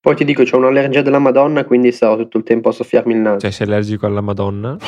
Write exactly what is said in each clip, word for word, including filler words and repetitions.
Poi ti dico, c'ho un'allergia della Madonna, quindi starò tutto il tempo a soffiarmi il naso. Cioè, sei allergico alla Madonna?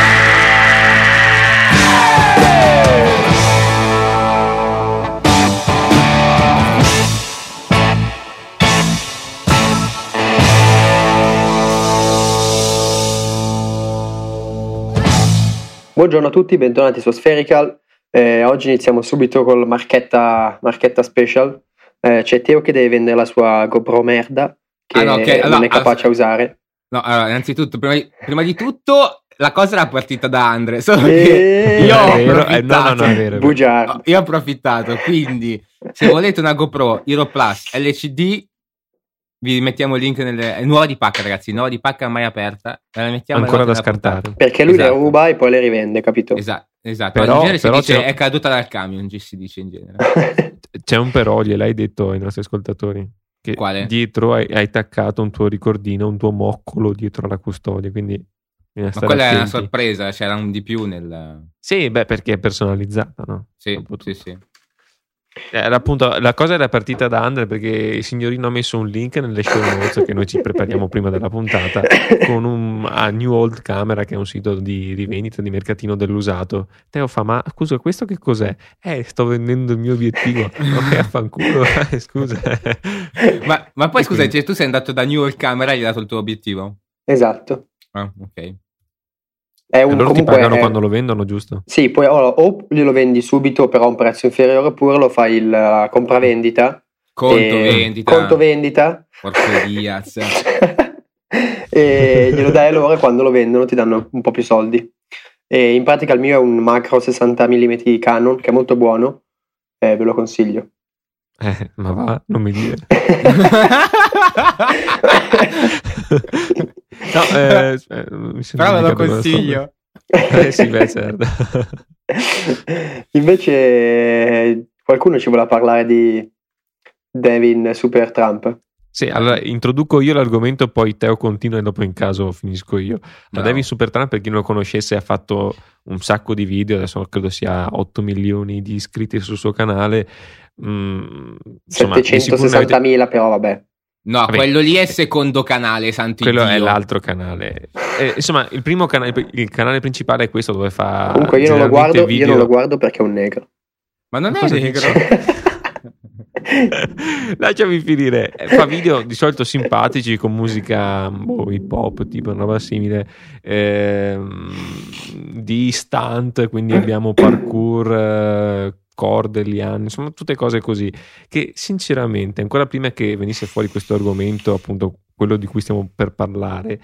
Buongiorno a tutti, bentornati su Spherical. Eh, oggi iniziamo subito col marchetta, marchetta special. Eh, c'è Teo che deve vendere la sua GoPro merda, che ah, no, okay. non allora, è capace allora, a usare. No, allora, innanzitutto, prima di, prima di tutto, la cosa era partita da Andre, solo Eh, che io ho vero, approfittato. eh, no, no, no, è vero, è vero. Bugiardo. Io ho approfittato, quindi se volete una GoPro Hero Plus L C D, vi mettiamo il link nelle... È nuova di pacca, ragazzi, nuova di pacca mai aperta. La mettiamo Ancora da nella scartare. puntata. Perché lui Esatto. le ruba e poi le rivende, capito? Esatto, esatto. Però- in genere si però dice c'è- è caduta dal camion, ci si dice in genere. C'è un però, gliel'hai detto ai nostri ascoltatori, che Quale? dietro hai, hai attaccato un tuo ricordino, un tuo moccolo dietro alla custodia, quindi bisogna Ma stare quella è una attenti. sorpresa, c'era un di più nel... Sì, beh, perché è personalizzata, no? Sì, Dopotutto. sì, sì. Era appunto, la cosa era partita da Andre perché il signorino ha messo un link nelle show notes che noi ci prepariamo prima della puntata con un a New Old Camera, che è un sito di rivendita di mercatino dell'usato. Teo fa: ma scusa, questo che cos'è? Eh, sto vendendo il mio obiettivo. Ok, affanculo. Eh, scusa. Ma, ma poi E scusa, quindi- cioè, tu sei andato da New York Camera e gli hai dato il tuo obiettivo? Esatto. Ah, ok. È un, E loro ti comunque pagano è- quando lo vendono, giusto? Sì, poi o, o glielo vendi subito però a un prezzo inferiore, oppure lo fai il la compravendita. Conto e- vendita. Conto vendita. Porco Diaz. E glielo dai a loro e quando lo vendono ti danno un po' più soldi. E in pratica il mio è un macro sessanta millimetri Canon, che è molto buono, e ve lo consiglio. Eh, ma va, non mi dire. No, eh, eh, mi sembra Però ve di lo capire cosa consiglio. sto- Eh sì, beh, certo. Invece qualcuno ci voleva parlare di Devin Super Trump. Sì, allora introduco io l'argomento, poi Teo continua e dopo in caso finisco io. Ma Bravo. Devin Supertramp, per chi non lo conoscesse, ha fatto un sacco di video, adesso credo sia otto milioni di iscritti sul suo canale. Mm, insomma, di sicuro ne avete- settecentosessantamila però vabbè. No, Vabbè. quello lì è il secondo canale, santo quello Dio. è l'altro canale. Eh, insomma, il primo canale, il canale principale è questo, dove fa Comunque io non lo generalmente guardo, io video. non lo guardo perché è un negro. Ma non è Cosa negro. Lasciami finire. Fa video di solito simpatici con musica boh, hip hop, tipo una roba simile, ehm, di stunt, quindi abbiamo parkour, eh, corde, liane, insomma tutte cose così che sinceramente ancora prima che venisse fuori questo argomento, appunto quello di cui stiamo per parlare,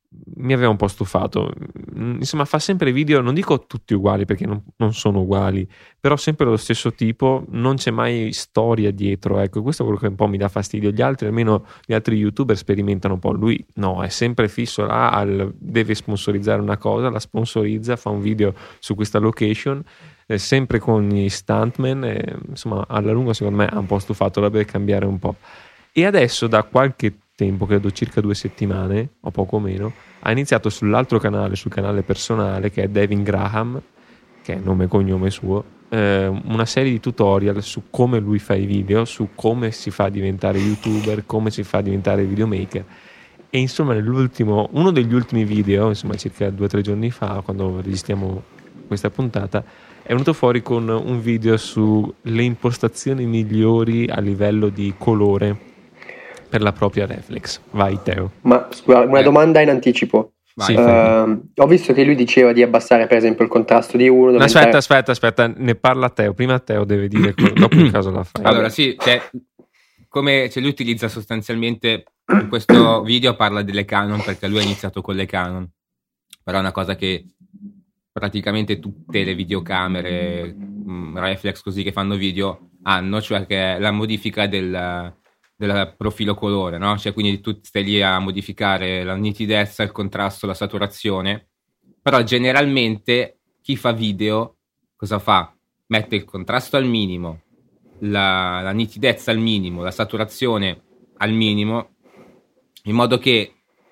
mi aveva un po' stufato. Insomma, fa sempre video, non dico tutti uguali perché non, non sono uguali, però sempre dello stesso tipo, non c'è mai storia dietro, ecco, questo è quello che un po' mi dà fastidio. Gli altri, almeno gli altri youtuber sperimentano un po', lui no, è sempre fisso là, al, deve sponsorizzare una cosa, la sponsorizza, fa un video su questa location, eh, sempre con gli stuntman, e, insomma alla lunga secondo me ha un po' stufato, dovrebbe cambiare un po'. E adesso da qualche tempo, credo circa due settimane o poco meno, ha iniziato sull'altro canale, sul canale personale che è Devin Graham, che è nome e cognome suo, eh, una serie di tutorial su come lui fa i video, su come si fa a diventare youtuber, come si fa a diventare videomaker. E insomma nell'ultimo, uno degli ultimi video, insomma circa due o tre giorni fa, quando registriamo questa puntata, è venuto fuori con un video sulle impostazioni migliori a livello di colore per la propria reflex. Vai Teo. Ma scusa, una Eh. domanda in anticipo. Vai. Sì, Eh, fai. ho visto che lui diceva di abbassare per esempio il contrasto di uno. No, aumentare- aspetta, aspetta, aspetta, ne parla Teo. Prima Teo deve dire, quello, dopo in caso la fai. Allora, sì, cioè, come cioè, lui utilizza sostanzialmente in questo video, parla delle Canon perché lui ha iniziato con le Canon, però è una cosa che praticamente tutte le videocamere mh, reflex così che fanno video hanno, cioè che è la modifica del, del profilo colore, no? Cioè quindi tu stai lì a modificare la nitidezza, il contrasto, la saturazione, però generalmente chi fa video cosa fa? Mette il contrasto al minimo, la, la nitidezza al minimo, la saturazione al minimo, in modo che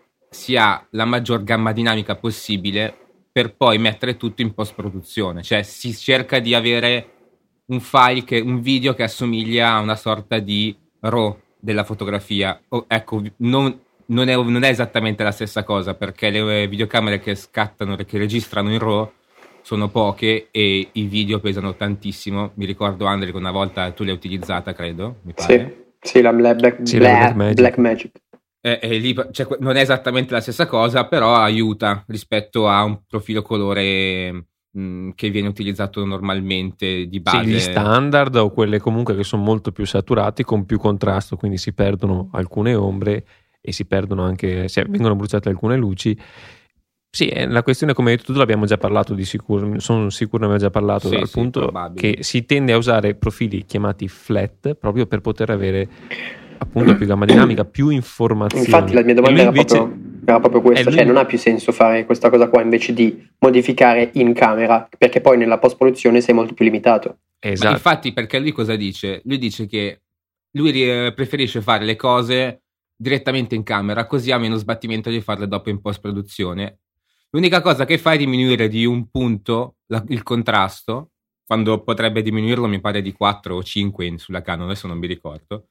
si ha la maggior gamma dinamica possibile per poi mettere tutto in post-produzione. Cioè si cerca di avere un file, che, un video che assomiglia a una sorta di RAW della fotografia. Oh, ecco, non, non, è, non è esattamente la stessa cosa, perché le videocamere che scattano, che registrano in RAW sono poche e i video pesano tantissimo. Mi ricordo, Andre, che una volta tu l'hai utilizzata, credo, mi pare. Sì, sì la Black, sì, Black, Black Magic. Black Magic. E, e lì, cioè, non è esattamente la stessa cosa, però aiuta rispetto a un profilo colore mh, che viene utilizzato normalmente di base. Sì, gli standard o quelle comunque che sono molto più saturati con più contrasto, quindi si perdono alcune ombre e si perdono anche, cioè, vengono bruciate alcune luci. Sì, la questione, come hai detto tu, l'abbiamo già parlato di sicuro, sono sicuro ne abbiamo già parlato, sì, dal sì, punto probabile. che si tende a usare profili chiamati flat proprio per poter avere appunto più gamma dinamica, più informazioni. Infatti la mia domanda era, invece, proprio, era proprio questa, cioè lui... non ha più senso fare questa cosa qua invece di modificare in camera, perché poi nella post-produzione sei molto più limitato. Esatto. Ma infatti, perché lui cosa dice? Lui dice che lui preferisce fare le cose direttamente in camera, così ha meno sbattimento di farle dopo in post-produzione. L'unica cosa che fa è diminuire di un punto la, il contrasto, quando potrebbe diminuirlo mi pare di quattro o cinque in, sulla Canon, adesso non mi ricordo,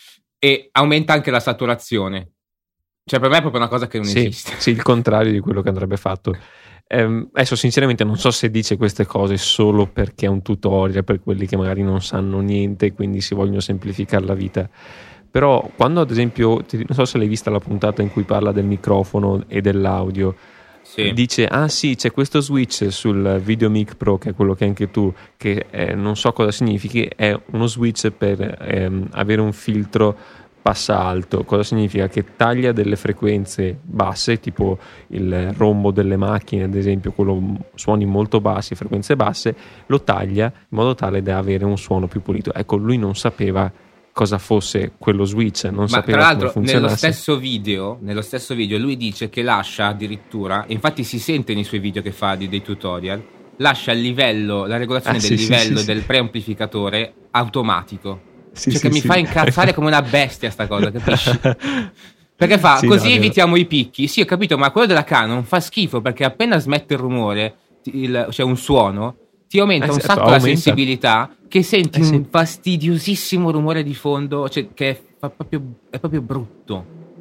e aumenta anche la saturazione. Cioè per me è proprio una cosa che non sì, esiste. Sì, il contrario di quello che andrebbe fatto. Eh, adesso sinceramente non so se dice queste cose solo perché è un tutorial per quelli che magari non sanno niente e quindi si vogliono semplificare la vita. Però quando ad esempio, non so se l'hai vista la puntata in cui parla del microfono e dell'audio, sì. Dice, ah sì, c'è questo switch sul VideoMic Pro, che è quello che hai anche tu, che eh, non so cosa significhi, è uno switch per ehm, avere un filtro passa alto. Cosa significa? Che taglia delle frequenze basse, tipo il rombo delle macchine, ad esempio, quello suoni molto bassi, frequenze basse, lo taglia in modo tale da avere un suono più pulito. Ecco, lui non sapeva cosa fosse quello switch, non ma sapeva tra l'altro come funzionasse. nello stesso video nello stesso video lui dice che lascia addirittura, infatti si sente nei suoi video che fa di, dei tutorial, lascia il livello, la regolazione ah, del sì, livello sì, del sì. preamplificatore automatico, sì, cioè sì, che mi sì. fa incazzare come una bestia sta cosa, capisci? Perché fa sì, così no, evitiamo no. i picchi. Sì, ho capito, ma quello della Canon fa schifo, perché appena smette il rumore, il, cioè un suono, ti aumenta eh, un sacco aumenta. la sensibilità, che senti eh, sì. un fastidiosissimo rumore di fondo, cioè che fa proprio, è proprio brutto.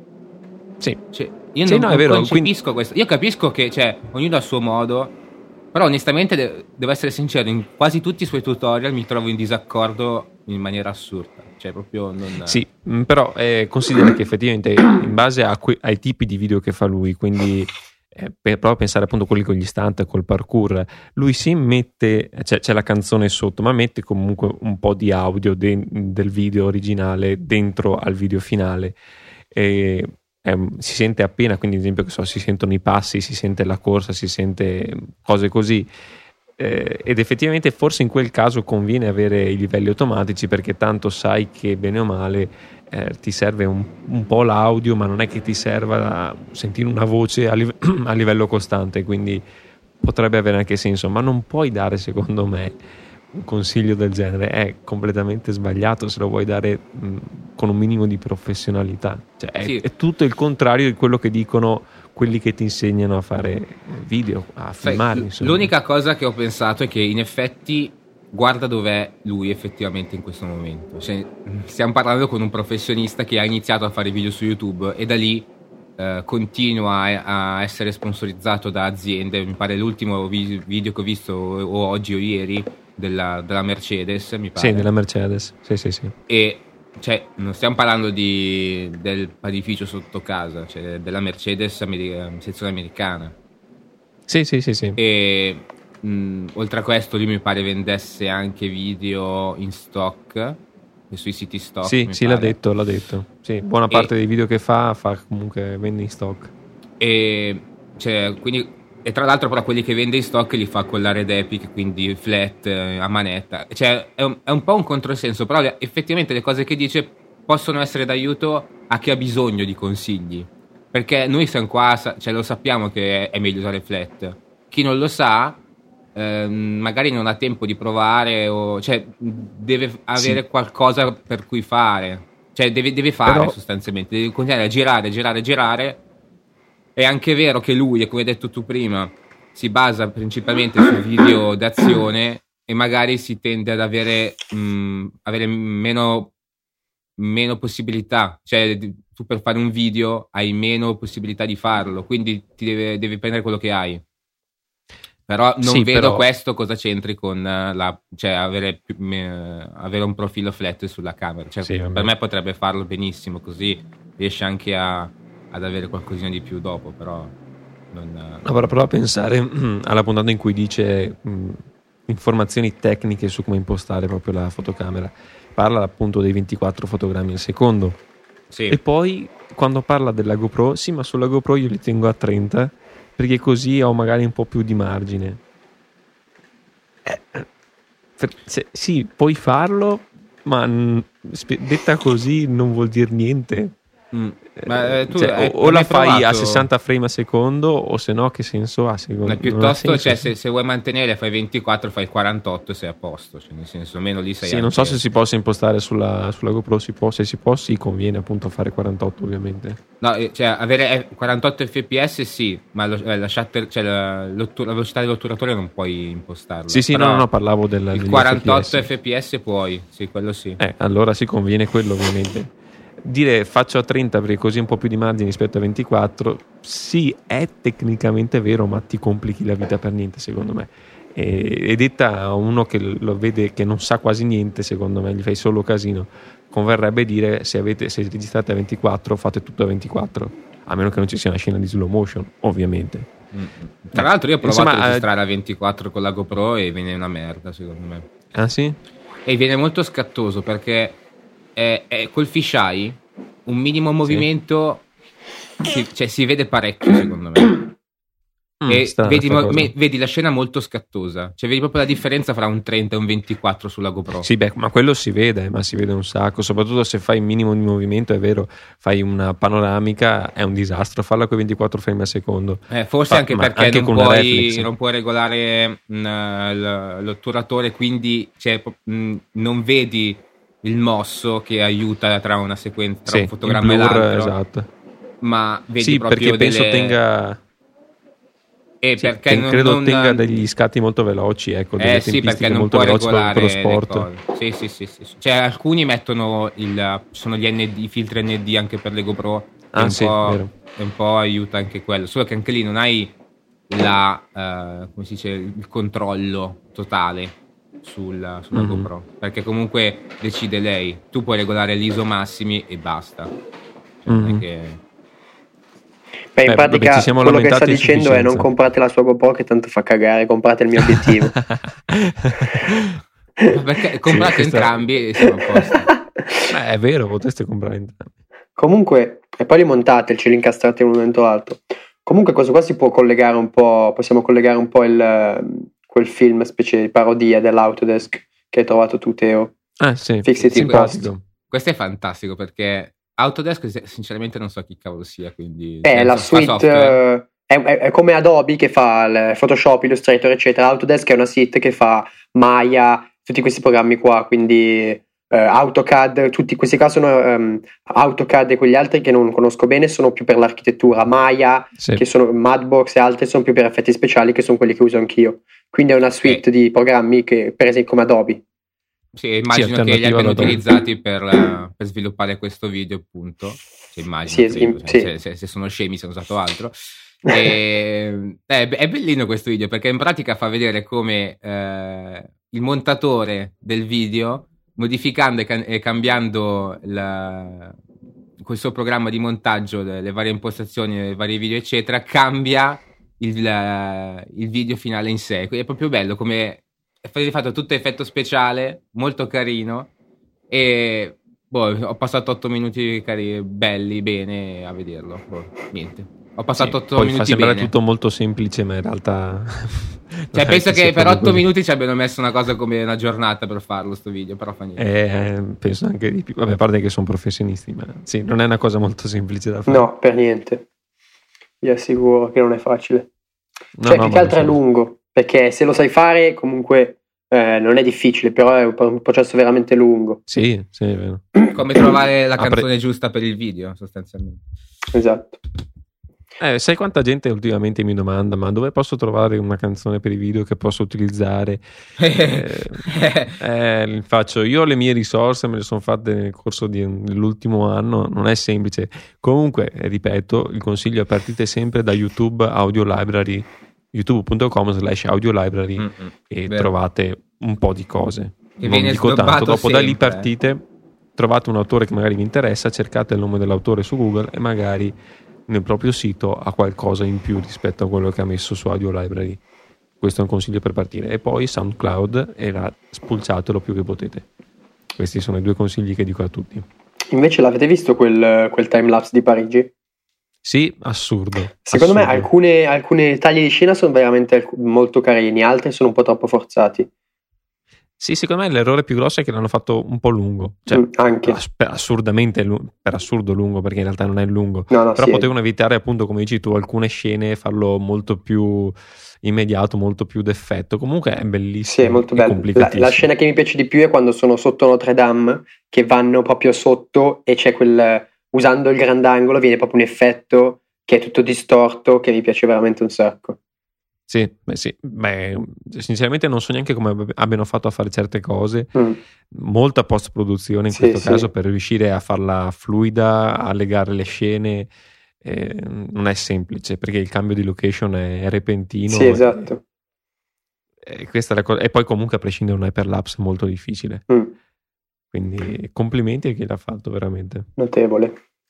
Sì. Cioè, io sì, non, no, non vero, concepisco quindi... questo. Io capisco che cioè, ognuno ha il suo modo, però onestamente de- devo essere sincero, in quasi tutti i suoi tutorial mi trovo in disaccordo in maniera assurda. Cioè proprio non... Sì, però eh, considera che effettivamente in base a que- ai tipi di video che fa lui, quindi... Eh, per proprio pensare appunto a quelli con gli stunt, col parkour, lui si mette, cioè, c'è la canzone sotto, ma mette comunque un po' di audio de- del video originale dentro al video finale e eh, si sente appena, quindi ad esempio che so, si sentono i passi, si sente la corsa, si sente cose così. Eh, ed effettivamente forse in quel caso conviene avere i livelli automatici, perché tanto sai che bene o male eh, ti serve un, un po' l'audio, ma non è che ti serva sentire una voce a, live- a livello costante, quindi potrebbe avere anche senso, ma non puoi dare, secondo me, un consiglio del genere, è completamente sbagliato se lo vuoi dare mh, con un minimo di professionalità, cioè, è, sì. è tutto il contrario di quello che dicono quelli che ti insegnano a fare video, a filmare. Insomma. L'unica cosa che ho pensato è che in effetti guarda dov'è lui effettivamente in questo momento. Cioè, stiamo parlando con un professionista che ha iniziato a fare video su YouTube e da lì eh, continua a, a essere sponsorizzato da aziende. Mi pare l'ultimo vi- video che ho visto o oggi o ieri della, della Mercedes, mi pare. Sì, della Mercedes. Sì, sì, sì. E cioè, non stiamo parlando di, del panificio sotto casa, cioè della Mercedes Ameri- sezione americana. Sì, sì, sì, sì. E mh, oltre a questo, lui mi pare vendesse anche video in stock, sui siti stock. Sì, sì, pare. l'ha detto, l'ha detto. Sì, buona parte e, dei video che fa, fa comunque vende in stock. E, cioè, quindi, e tra l'altro, però, quelli che vende in stock li fa con la Red Epic, quindi flat, eh, a manetta. Cioè, è un, è un po' un controsenso, però le, effettivamente le cose che dice possono essere d'aiuto a chi ha bisogno di consigli. Perché noi siamo qua, cioè lo sappiamo che è meglio usare flat. Chi non lo sa, ehm, magari non ha tempo di provare, o cioè deve avere sì. qualcosa per cui fare. Cioè deve, deve fare Però... sostanzialmente, deve continuare a girare, girare, girare. È anche vero che lui, e come hai detto tu prima, si basa principalmente su video d'azione e magari si tende ad avere, mh, avere meno meno possibilità, cioè tu per fare un video hai meno possibilità di farlo, quindi ti deve, devi prendere quello che hai. Però non sì, vedo però... questo cosa c'entri con la, cioè avere, eh, avere un profilo flat sulla camera, cioè, sì, per me potrebbe farlo benissimo, così riesce anche a, ad avere qualcosina di più dopo, però non... No, però prova a pensare mh, alla puntata in cui dice mh, informazioni tecniche su come impostare proprio la fotocamera, parla appunto dei ventiquattro fotogrammi al secondo, sì. E poi quando parla della GoPro, sì, ma sulla GoPro io li tengo a trenta perché così ho magari un po' più di margine. Eh, se, sì, puoi farlo, ma mh, detta così non vuol dire niente. Mm. Ma, eh, tu cioè, hai, o, o la fai provato... a sessanta frame a secondo, o se no che senso ha? Secondo Ma piuttosto, senso, cioè, sì. se, se vuoi mantenere fai ventiquattro, fai quarantotto e sei a posto, cioè, nel senso almeno lì sei sì, anche... non so se si possa impostare sulla, sulla GoPro, si può, se si può sì, conviene appunto fare quarantotto ovviamente. No, cioè avere quarantotto fps sì, ma lo, la, shutter, cioè, la, la velocità dell'otturatore non puoi impostarla. Sì, sì, Però no, no, parlavo del, il degli quarantotto F P S. fps puoi, sì, quello sì. Eh, allora si conviene quello ovviamente. Dire faccio a trenta perché così un po' più di margine rispetto a ventiquattro, sì, è tecnicamente vero, ma ti complichi la vita per niente secondo me. E, e detta a uno che lo vede che non sa quasi niente, secondo me gli fai solo casino. Converrebbe dire se avete se registrate a ventiquattro fate tutto a ventiquattro, a meno che non ci sia una scena di slow motion, ovviamente. Mm. Tra l'altro io ho provato Insomma, a registrare a ventiquattro con la GoPro e viene una merda secondo me. Ah sì? E viene molto scattoso perché è, è col fisheye un minimo movimento si, cioè, si vede parecchio secondo me. Mm, e vedi, me, vedi la scena molto scattosa, cioè vedi proprio la differenza fra un trenta e un ventiquattro sulla GoPro. Sì, beh, ma quello si vede, ma si vede un sacco, soprattutto se fai il minimo di movimento, è vero, fai una panoramica, è un disastro farla con ventiquattro frame al secondo. Eh, forse Fa, anche perché anche non, con puoi, non puoi regolare mh, l'otturatore, quindi cioè, mh, non vedi il mosso che aiuta tra una sequenza, tra sì, un fotogramma blur, e l'altro. Esatto. Ma vedi sì, proprio perché penso delle... tenga... Eh, sì, perché ten- non, credo non... tenga degli scatti molto veloci, ecco, delle eh sì, perché non molto può veloci per, per lo regolare sport. sì, sì, sì, sì. Cioè alcuni mettono il ci sono gli N D, i filtri N D anche per le GoPro, ah, e un, sì, po', vero. e un po' aiuta anche quello, solo che anche lì non hai la uh, come si dice, il controllo totale sul, sulla mm-hmm. GoPro, perché comunque decide lei, tu puoi regolare l'I S O massimi e basta, cioè, mm-hmm. non è che Beh, in Beh, pratica vabbè, quello che sta dicendo è non comprate la sua GoPro che tanto fa cagare, comprate il mio obiettivo. Perché comprate sì, entrambi e siamo a posto. Beh, è vero, potreste comprare entrambi. Comunque, e poi li montate, ce li incastrate in un momento o l'altro. Comunque questo qua si può collegare un po', possiamo collegare un po' il, quel film specie di parodia dell'Autodesk che hai trovato tu, Teo. Ah sì, Fix It in Post. Questo è fantastico perché Autodesk sinceramente non so chi cavolo sia, quindi è la suite uh, è, è, è come Adobe che fa il Photoshop, Illustrator eccetera. Autodesk è una suite che fa Maya, tutti questi programmi qua, quindi uh, AutoCAD, tutti questi qua sono um, AutoCAD e quegli altri che non conosco bene sono più per l'architettura, Maya sì. che sono Madbox e altri sono più per effetti speciali che sono quelli che uso anch'io, quindi è una suite eh. di programmi che per esempio come Adobe. Sì, immagino sì, che li abbiano utilizzati per, uh, per sviluppare questo video, appunto. Cioè, immagino, sì, credo, sì, cioè, sì. Se, se, se sono scemi, se hanno usato altro. E, è, è bellino questo video perché in pratica fa vedere come eh, il montatore del video, modificando e, can- e cambiando la, col suo programma di montaggio, le, le varie impostazioni, le varie video, eccetera, cambia il, uh, il video finale in sé. Quindi è proprio bello come. È fatto tutto effetto speciale, molto carino, e boh, ho passato otto minuti cari, belli, bene a vederlo. Boh, niente. Ho passato otto sì, minuti fa sembrare bene. Tutto molto semplice, ma in realtà cioè penso che per otto minuti ci abbiano messo una cosa come una giornata per farlo sto video, però fa niente. Eh, penso anche di più. Vabbè, a parte che sono professionisti, ma sì, non è una cosa molto semplice da fare. No, per niente. Vi assicuro che non è facile. No, cioè, no, più che altro è lungo. Perché se lo sai fare comunque eh, non è difficile, però è un processo veramente lungo. Sì, sì, è vero. Come trovare la Apre... canzone giusta per il video, sostanzialmente. Esatto. Eh, sai quanta gente ultimamente mi domanda ma dove posso trovare una canzone per i video che posso utilizzare? eh, eh, faccio io le mie risorse, me le sono fatte nel corso di, dell'ultimo anno, non è semplice. Comunque, eh, ripeto, il consiglio è partite sempre da YouTube Audio Library, youtube punto com slash audio library mm-hmm. e vero. Trovate un po' di cose. Che non dico tanto, dopo sempre. Da lì partite, trovate un autore che magari vi interessa, cercate il nome dell'autore su Google e magari nel proprio sito ha qualcosa in più rispetto a quello che ha messo su Audio Library. Questo è un consiglio per partire. E poi SoundCloud, era spulciatelo più che potete. Questi sono i due consigli che dico a tutti. Invece l'avete visto quel, quel timelapse di Parigi? Sì, assurdo. Secondo assurdo. me alcune, alcune tagli di scena sono veramente molto carini, altri sono un po' troppo forzati. Sì, secondo me l'errore più grosso è che l'hanno fatto un po' lungo, cioè mm, anche per assurdamente per assurdo lungo, perché in realtà non è lungo, no, no, però sì, potevano evitare, appunto, come dici tu, alcune scene, farlo molto più immediato, molto più d'effetto. Comunque è bellissimo. Sì, è molto bello. La, la scena che mi piace di più è quando sono sotto Notre Dame, che vanno proprio sotto e c'è quel, usando il grandangolo viene proprio un effetto che è tutto distorto, che mi piace veramente un sacco. Sì, beh, sì. Beh, sinceramente non so neanche come abbiano fatto a fare certe cose. Mm. Molta post-produzione in sì, questo sì. caso per riuscire a farla fluida, a legare le scene. Eh, non è semplice perché il cambio di location è, è repentino. Sì, esatto. E, e, questa è la cosa. E poi comunque a prescindere da un hyperlapse è molto difficile. Mm. Quindi complimenti a chi l'ha fatto veramente. Notevole.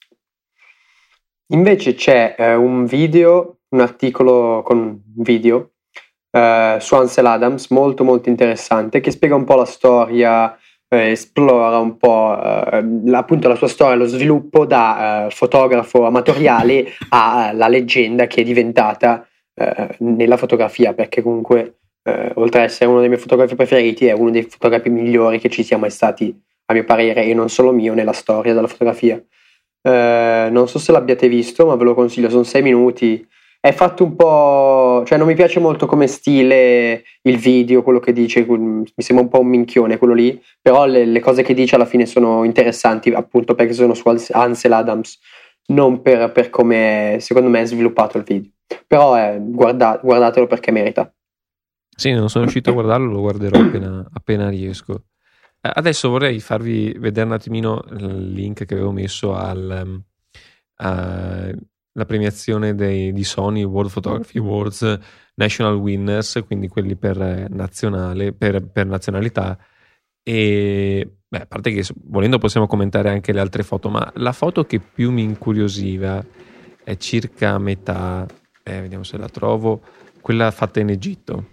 Invece c'è eh, un video, un articolo con un video eh, su Ansel Adams molto molto interessante che spiega un po' la storia, eh, esplora un po' eh, appunto la sua storia, lo sviluppo da eh, fotografo amatoriale alla leggenda che è diventata eh, nella fotografia, perché comunque eh, oltre ad essere uno dei miei fotografi preferiti è uno dei fotografi migliori che ci sia mai stati, a mio parere, e non solo mio, nella storia della fotografia. Uh, non so se l'abbiate visto, ma ve lo consiglio, sono sei minuti. È fatto un po', cioè non mi piace molto come stile il video, quello che dice, mi sembra un po' un minchione quello lì, però le, le cose che dice alla fine sono interessanti, appunto perché sono su Ansel Adams, non per, per come secondo me è sviluppato il video. Però eh, guarda, guardatelo perché merita. Sì, non sono riuscito a guardarlo, lo guarderò appena, appena riesco. Adesso vorrei farvi vedere un attimino il link che avevo messo al alla premiazione dei, di Sony World Photography Awards National Winners, quindi quelli per nazionale, per, per nazionalità. E beh, a parte che volendo possiamo commentare anche le altre foto, ma la foto che più mi incuriosiva è circa a metà, eh, vediamo se la trovo, quella fatta in Egitto.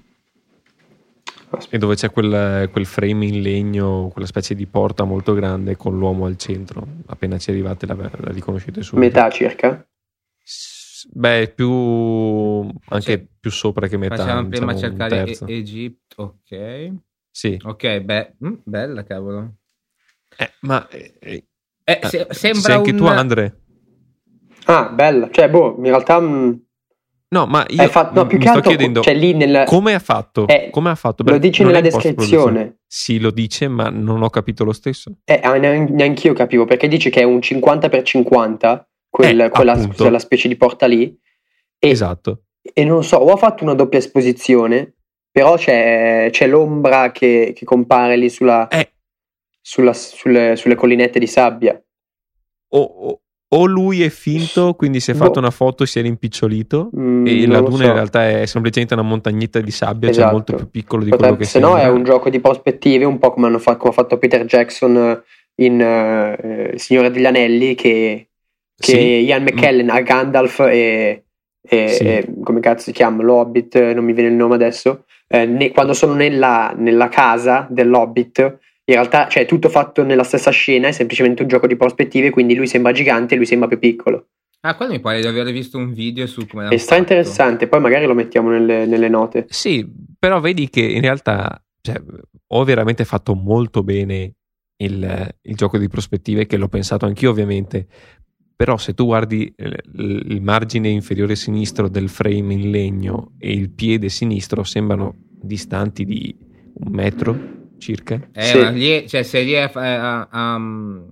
E dove c'è quel, quel frame in legno, quella specie di porta molto grande con l'uomo al centro. Appena ci arrivate la, la riconoscete subito. Metà circa? Beh, più anche sì, più sopra che metà. Facciamo prima diciamo, cercare e- Egitto, ok. Sì. Ok, beh, mm, bella cavolo. Eh, ma eh, eh, se, sembra sei anche un... tu, Andre? Ah, bella. Cioè, boh, in realtà... Mh... No, ma io fatto, no, più mi che sto altro, chiedendo cioè, lì nel, come ha fatto? Eh, come ha fatto? Lo dice nella descrizione. Sì, lo dice, ma non ho capito lo stesso. Eh, neanch'io capivo, perché dice che è un cinquanta per cinquanta quel, eh, quella, quella specie di porta lì. E, esatto. E non so, o ha fatto una doppia esposizione, però c'è, c'è l'ombra che, che compare lì sulla, eh. sulla, sulle, sulle collinette di sabbia. O, o, o lui è finto, quindi si è fatto boh. una foto, si è rimpicciolito mm, e la duna so. in realtà è semplicemente una montagnetta di sabbia, esatto. cioè molto più piccolo di Potrebbe, quello che se sembra. no è un gioco di prospettive, un po' come, hanno fatto, come ha fatto Peter Jackson in uh, Il Signore degli Anelli, che, che sì. Ian McKellen ha Gandalf e, e, sì. e come cazzo si chiama? L'Hobbit, non mi viene il nome adesso, eh, ne, quando sono nella, nella casa dell'Hobbit. In realtà, cioè, è tutto fatto nella stessa scena, è semplicemente un gioco di prospettive, quindi lui sembra gigante e lui sembra più piccolo. Ah, quello mi pare di aver visto un video su come è stra interessante, poi magari lo mettiamo nelle, nelle note. Sì, però vedi che in realtà, cioè, ho veramente fatto molto bene il, il gioco di prospettive, che l'ho pensato anch'io ovviamente, però se tu guardi il, il margine inferiore sinistro del frame in legno e il piede sinistro sembrano distanti di un metro circa. Eh, sì. ma lì, cioè, se lì a, a, a,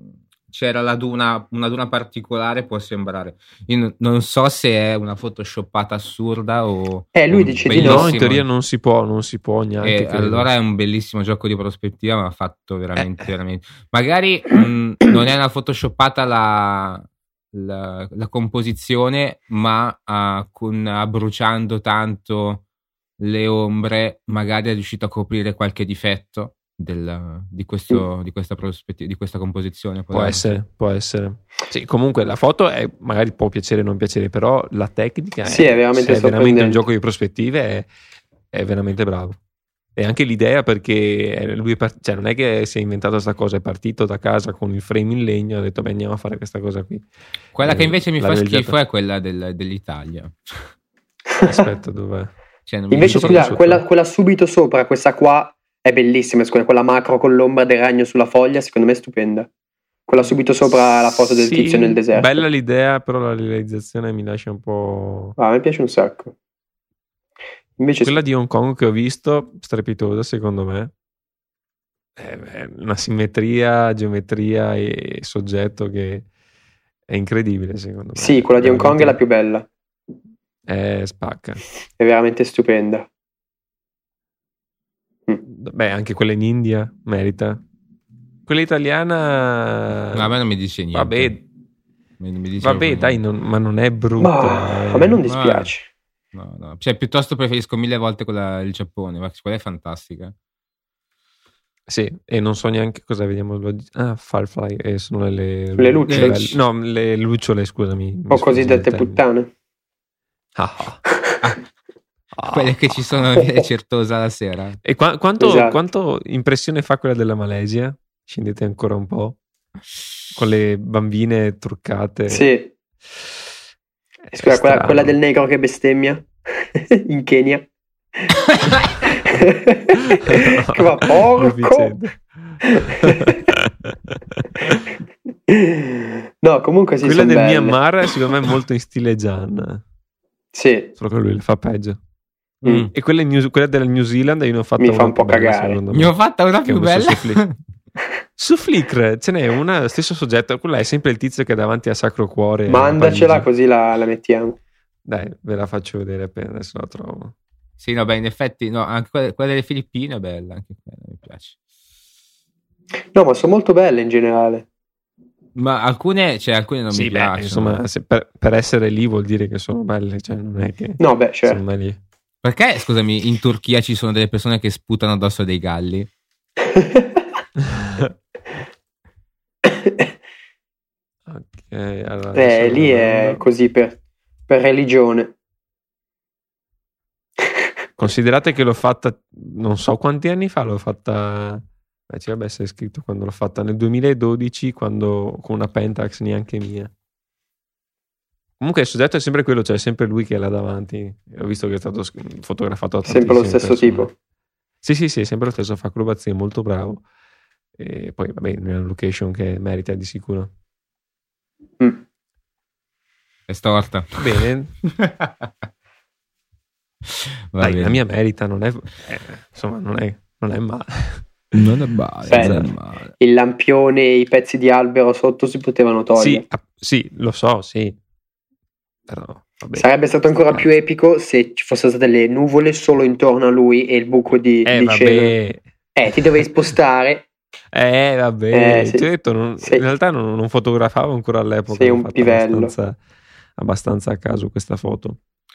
c'era la duna, una duna particolare, può sembrare. Io n- non so se è una photoshoppata assurda o... Eh, lui o dice di no. No, in teoria non si può, non si può neanche. E allora è un bellissimo gioco di prospettiva, ma fatto veramente, eh. veramente. Magari mh, non è una photoshoppata la, la, la composizione, ma uh, con abbruciando tanto le ombre, magari è riuscito a coprire qualche difetto del, di, questo, di, questa prospettiva, di questa composizione. Può essere, può essere. Sì, comunque la foto è, magari può piacere o non piacere, però la tecnica sì, è, è veramente, è veramente un gioco di prospettive, è, è veramente bravo. E anche l'idea, perché lui è part- cioè non è che si è inventato questa cosa, è partito da casa con il frame in legno e ha detto beh, andiamo a fare questa cosa qui. Quella eh, che invece mi fa schifo realizzata... è quella del, dell'Italia. Aspetta, dov'è? Cioè, invece scusa, quella, quella subito sopra, questa qua è bellissima, scusa, quella macro con l'ombra del ragno sulla foglia, secondo me è stupenda. Quella subito sopra la foto del sì, tizio nel deserto. Bella l'idea, però la realizzazione mi lascia un po'... Ah, a me piace un sacco. Invece quella di Hong Kong che ho visto, strepitosa secondo me, è una simmetria, geometria e soggetto che è incredibile secondo me. Sì, quella di Hong Kong è la più bella. È spacca. È veramente stupenda. Beh, anche quella in India merita. Quella italiana... No, a me non mi dice niente. Vabbè, mi, mi dice vabbè dai, non, ma non è brutta. Ma, è... a me non dispiace. No, no. Cioè, piuttosto preferisco mille volte quella del Giappone, ma quella è fantastica. Sì, e non so neanche cosa vediamo. Ah, Firefly, eh, sono le, le lucciole. Le, no, le lucciole, scusami. O cosiddette puttane. Ah, ah. Ah, quelle che ci sono a Certosa la sera. E qua, quanto, esatto. quanto impressione fa quella della Malesia? Scendete ancora un po'. Con le bambine truccate. Sì. Scusa, quella, quella del negro che bestemmia in Kenya. Che va porco. No, comunque sì, quella del belle. Myanmar secondo me è molto in stile Gian. Sì. Solo che lui le fa peggio. Mm. E quella, New, quella della New Zealand io ne ho fatta mi una fa un po' bella, cagare. Ne ho fatta una più bella. Su Flickr. Su Flickr ce n'è una, stesso soggetto, quella è sempre il tizio che è davanti a Sacro Cuore. Mandacela così la, la mettiamo. Dai, ve la faccio vedere appena adesso la trovo. Sì, no, beh, in effetti, no, anche quella, quella delle Filippine è bella, anche quella mi piace. No, ma sono molto belle in generale. Ma alcune, cioè, alcune non sì, mi beh, piacciono. Insomma, se per, per essere lì vuol dire che sono belle, cioè non è che no, beh, certo. sono lì. Perché, scusami, in Turchia ci sono delle persone che sputano addosso dei galli? Ok, allora eh, lì è così per, per religione. Considerate che l'ho fatta non so quanti anni fa, l'ho fatta eh, cioè, vabbè, sei scritto quando l'ho fatta nel duemiladodici, quando con una Pentax neanche mia. Comunque il soggetto è sempre quello, cioè è sempre lui che è là davanti. Ho visto che è stato fotografato da sempre lo stesso persone. tipo. Sì, sì, sì, sempre lo stesso, fa acrobazie, molto bravo. E poi vabbè, in una location che merita di sicuro. Mm. È storta. Bene. Dai, bene. la mia merita, non è eh, insomma, non è, non è male. Non è male, Beh, non è male. Il lampione e i pezzi di albero sotto si potevano togliere. Sì, ah, sì, lo so, sì. Però vabbè. Sarebbe stato ancora più epico se ci fossero state le nuvole solo intorno a lui e il buco di, eh, di vabbè. cielo. Eh, ti dovevi spostare. Eh, vabbè, Eh, sì. ti ho detto, non, Sei- in realtà non, non fotografavo ancora all'epoca. Sei l'ho un fatta pivello. abbastanza, abbastanza a caso questa foto.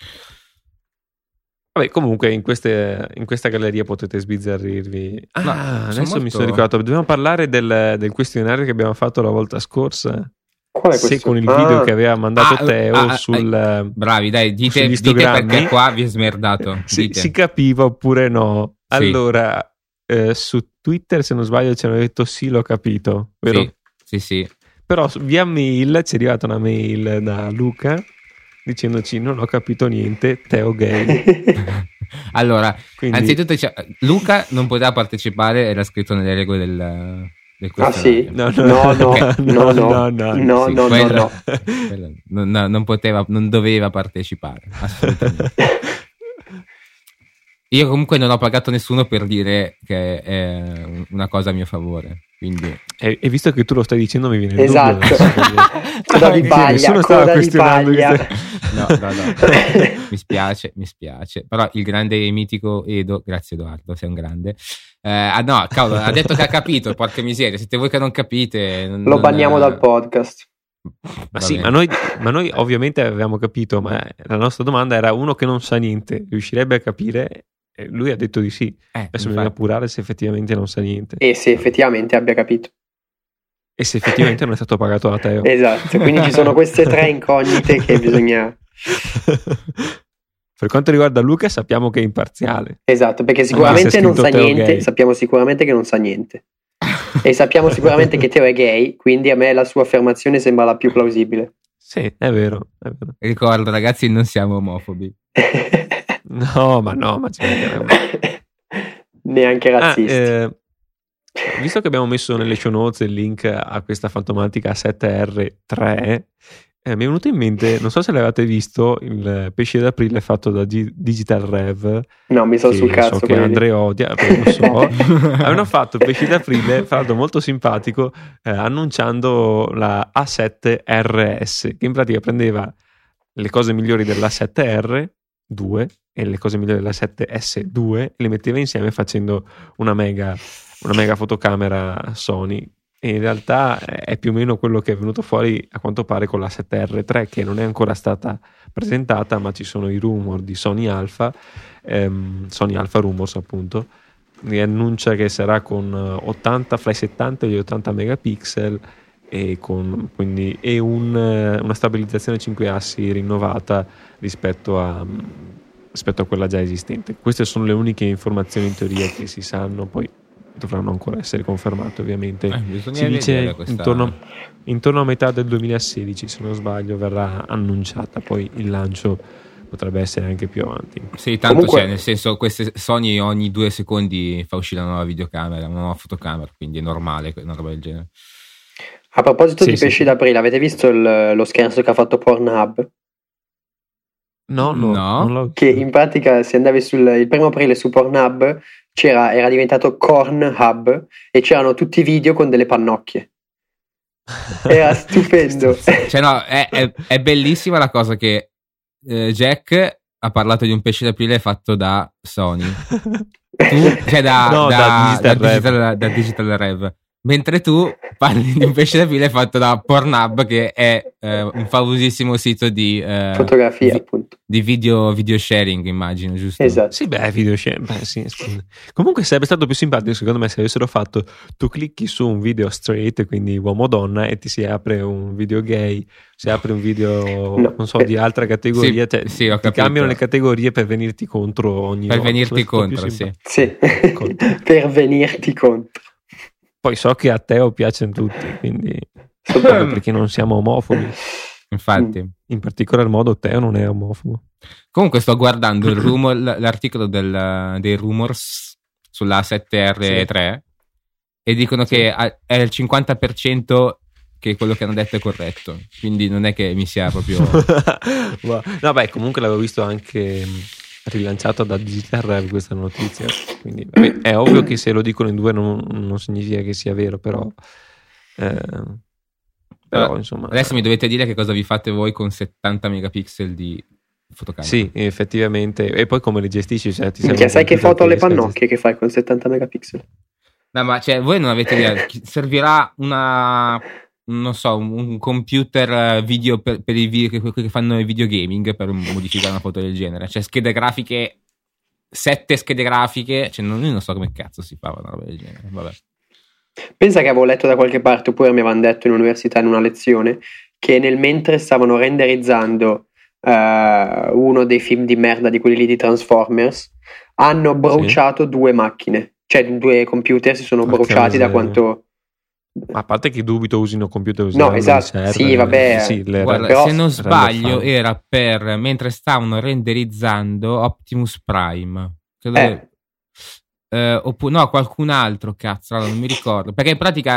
Vabbè, comunque in, queste, in questa galleria potete sbizzarrirvi. Ah, No, sono adesso molto- mi sono ricordato, dobbiamo parlare del, del questionario che abbiamo fatto la volta scorsa. Qual è Se questo? con il video Ah, che aveva mandato Ah, Teo ah, ah, sul... Bravi, dai, dite, Sugli dite istogrammi. perché qua vi è smerdato. si, Dite. si capiva oppure no. Sì. Allora, eh, su Twitter, se non sbaglio, ci hanno detto sì, l'ho capito, vero? Sì, sì, sì. Però su- via mail ci è arrivata una mail da Luca dicendoci non ho capito niente, Teo gay. Allora, Quindi, anzitutto c'è- Luca non poteva partecipare, era scritto nelle regole del, del Ah, sì? questionario. no, no, No, no, no, no, no, no, no. no, Sì, no, no, quello- no. quello non, no, non poteva, non doveva partecipare, assolutamente. Io comunque non ho pagato nessuno per dire che è una cosa a mio favore. Quindi... E, e visto che tu lo stai dicendo mi viene il esatto. dubbio adesso, coda di paglia, nessuno stava coda di questionando paglia. queste- No, no, no. mi spiace, mi spiace. Però il grande e mitico Edo, grazie Edoardo, sei un grande. Eh, ah, no, cavolo, ha detto che ha capito, porca miseria. Siete voi che non capite. Non, Lo banniamo non... dal podcast. Ma sì, ma noi, ma noi ovviamente avevamo capito, ma la nostra domanda era uno che non sa niente, riuscirebbe a capire? E lui ha detto di sì. Eh, Adesso infatti. bisogna appurare se effettivamente non sa niente E se effettivamente abbia capito. e se effettivamente non è stato pagato da Teo. Esatto, quindi ci sono queste tre incognite che bisogna... Per quanto riguarda Luca sappiamo che è imparziale. Esatto, perché Anche sicuramente se è non scritto sa Teo niente, gay. sappiamo sicuramente che non sa niente. E sappiamo sicuramente che Teo è gay, quindi a me la sua affermazione sembra la più plausibile. Sì, è vero, è vero. Ricordo, ragazzi, non siamo omofobi. No, ma no, ma ci mancherebbe. Neanche Ah, razzisti. eh, visto che abbiamo messo nelle show notes il link a questa Fantomatica sette R tre, eh, mi è venuto in mente, non so se l'avete visto, il pesce d'aprile fatto da G- Digital Rev. No, mi so Che sul cazzo. so che quelli. Andre odia, però lo so. Avevano fatto pesce d'aprile, fra l'altro molto simpatico, eh, annunciando la A sette R S, che in pratica prendeva le cose migliori dell'A sette R due e le cose migliori della sette S due e le metteva insieme facendo una mega, una mega fotocamera Sony. E in realtà è più o meno quello che è venuto fuori a quanto pare con la sette R tre, che non è ancora stata presentata, ma ci sono i rumor di Sony Alpha, ehm, Sony Alpha Rumors appunto, che annuncia che sarà con ottanta fra i settanta e gli ottanta megapixel e con quindi e un, una stabilizzazione cinque assi rinnovata rispetto a rispetto a quella già esistente. Queste sono le uniche informazioni in teoria che si sanno, poi dovranno ancora essere confermate ovviamente. Eh, bisogna Si dice vedere questa- intorno, intorno a metà del duemilasedici, se non sbaglio, verrà annunciata, poi il lancio potrebbe essere anche più avanti. Sì, tanto Comunque- c'è, nel senso, queste Sony ogni due secondi fa uscire una nuova videocamera, una nuova fotocamera, quindi è normale una roba del genere. A proposito Sì, di sì, pesci sì. d'aprile, avete visto il- lo scherzo che ha fatto Pornhub? No, no, No. non l'ho Che in pratica se andavi sul il primo aprile su Pornhub c'era, era diventato Cornhub e c'erano tutti i video con delle pannocchie. Era stupendo. Cioè, no, è, è- è bellissima la cosa che eh, Jack ha parlato di un pesce d'aprile fatto da Sony, tu, cioè da, No, da, da Digital da Rev. Digital, da Digital Rev. Mentre tu parli di un pesce d'aprile fatto da Pornhub, che è eh, un famosissimo sito di, eh, Fotografia, vi- appunto. di video, video sharing, immagino, giusto? Esatto. Sì, beh, video scena, beh, sì, scusa. Comunque sarebbe stato più simpatico secondo me se avessero fatto, tu clicchi su un video straight, quindi uomo-donna, e ti si apre un video gay, si apre un video, No, non so, per- di altra categoria, Sì, cioè, sì, ho ti capito. cambiano le categorie per venirti contro ogni Per volta. venirti Sarebbe stato più contro, sì. simpatico. Sì. Contro. Per venirti contro. Poi so che a Teo piacciono tutti, quindi proprio perché non siamo omofobi. Infatti. In particolar modo Teo non è omofobo. Comunque sto guardando il rumor, l'articolo del, dei rumors sulla sette R tre e dicono Sì. che ha- è il cinquanta per cento che quello che hanno detto è corretto, quindi non è che mi sia proprio... Wow. No, beh, comunque l'avevo visto anche mh, rilanciato da Digital Rev questa notizia. Quindi vabbè, è ovvio che se lo dicono in due non, non significa che sia vero, però. eh, però Allora, insomma. Adesso mi dovete dire che cosa vi fate voi con settanta megapixel di fotocamera. Sì, effettivamente. E poi come le gestisci? Cioè, ti serve Minchia, un sai che computer foto alle riesca a pannocchie che fai con settanta megapixel? No, ma cioè, voi non avete idea, chi- servirà una... non so, un, un computer video per, per i video che, che fanno i videogaming per modificare una foto del genere. Cioè, schede grafiche, sette schede grafiche, cioè non, io non so come cazzo si fa una roba del genere. Vabbè. Pensa che avevo letto da qualche parte, oppure mi avevano detto in università in una lezione, che nel mentre stavano renderizzando eh, uno dei film di merda di quelli lì di Transformers, hanno bruciato due macchine, cioè due computer si sono Porca bruciati da miseria. quanto... Ma a parte che dubito usino computer No, usando esatto, i server, sì, vabbè. sì, le Guarda, però- se non sbaglio render era per mentre stavano renderizzando Optimus Prime. Credo Eh. eh, oppure no, qualcun altro, cazzo, allora non mi ricordo. Perché in pratica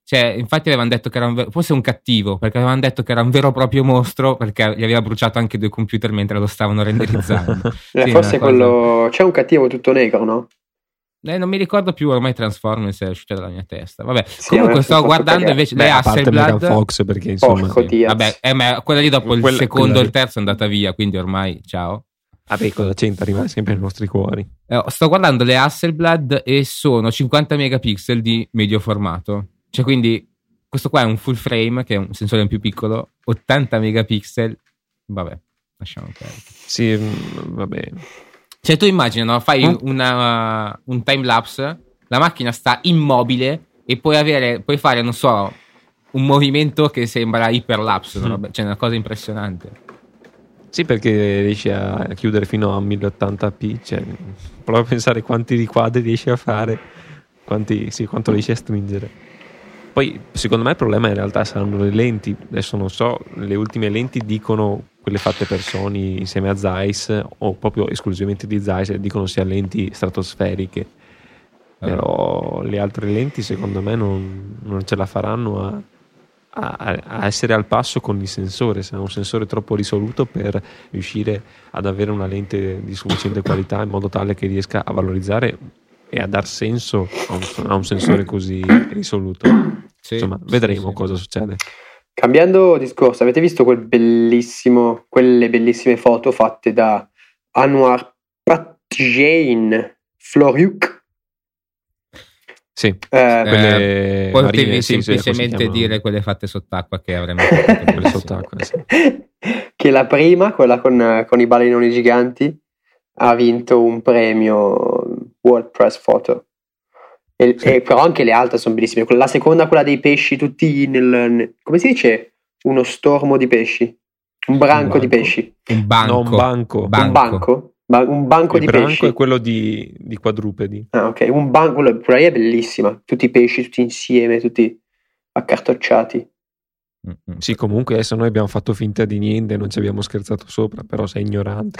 cioè, infatti avevano detto che era un vero, forse un cattivo, perché avevano detto che era un vero e proprio mostro, perché gli aveva bruciato anche due computer mentre lo stavano renderizzando. Eh, Sì, forse una cosa- quello. C'è un cattivo tutto negro, no? Eh, non mi ricordo più, ormai Transformers è uscito dalla mia testa. Vabbè, Sì, comunque a me sto fa fatto guardando cagare. invece Beh, le a parte Megan Hasselblad. Fox, perché insomma Porco sì. Dio. Vabbè, eh, ma quella lì dopo il Quella- secondo quella e il lì. terzo è andata via, quindi ormai ciao. Vabbè, cosa c'entra? Rimane sempre nei nostri cuori. Eh, sto guardando le Hasselblad e sono cinquanta megapixel di medio formato. Cioè, quindi questo qua è un full frame, che è un sensore più piccolo, ottanta megapixel. Vabbè, lasciamo perdere. Sì, mm, va bene. Cioè, tu immagina, no? Fai Mm. una, un time lapse, la macchina sta immobile e puoi avere, puoi fare, non so, un movimento che sembra iperlapse, Mm. no? Cioè, è una cosa impressionante. Sì, perché riesci a chiudere fino a mille ottanta p, cioè, prova a pensare quanti riquadri riesci a fare, quanti, sì, quanto riesci a stringere. Poi, secondo me il problema in realtà saranno le lenti. Adesso non so, le ultime lenti dicono, quelle fatte per Sony insieme a Zeiss, o proprio esclusivamente di Zeiss, dicono sia lenti stratosferiche. Però le altre lenti secondo me non, non ce la faranno a, a, a essere al passo con il sensore. Sarà un sensore troppo risoluto per riuscire ad avere una lente di sufficiente qualità in modo tale che riesca a valorizzare e a dar senso a un, a un sensore così risoluto. Sì, Insomma, sì, vedremo sì. cosa succede. Cambiando discorso, avete visto quel bellissimo, quelle bellissime foto fatte da Anwar Patjain Floriuk? Sì, Eh, quelle Potevi marine, sì, sì, semplicemente come si chiamano? dire quelle fatte sott'acqua che avremmo fatto Quelle sott'acqua, sì. che la prima, quella con, con i balenoni giganti, ha vinto un premio World Press Photo. E, Sì. e però anche le altre sono bellissime. La seconda, quella dei pesci, tutti nel, nel- come si dice? Uno stormo di pesci, un branco Un di banco. pesci, un banco. No, un banco. un banco, Ba- un banco Il di branco pesci. è quello di, di quadrupedi. Ah, ok, un banco, quella quella lì è bellissima. Tutti i pesci, tutti insieme, tutti accartocciati. Mm-mm. Sì, comunque adesso noi abbiamo fatto finta di niente, non ci abbiamo scherzato sopra, però sei ignorante.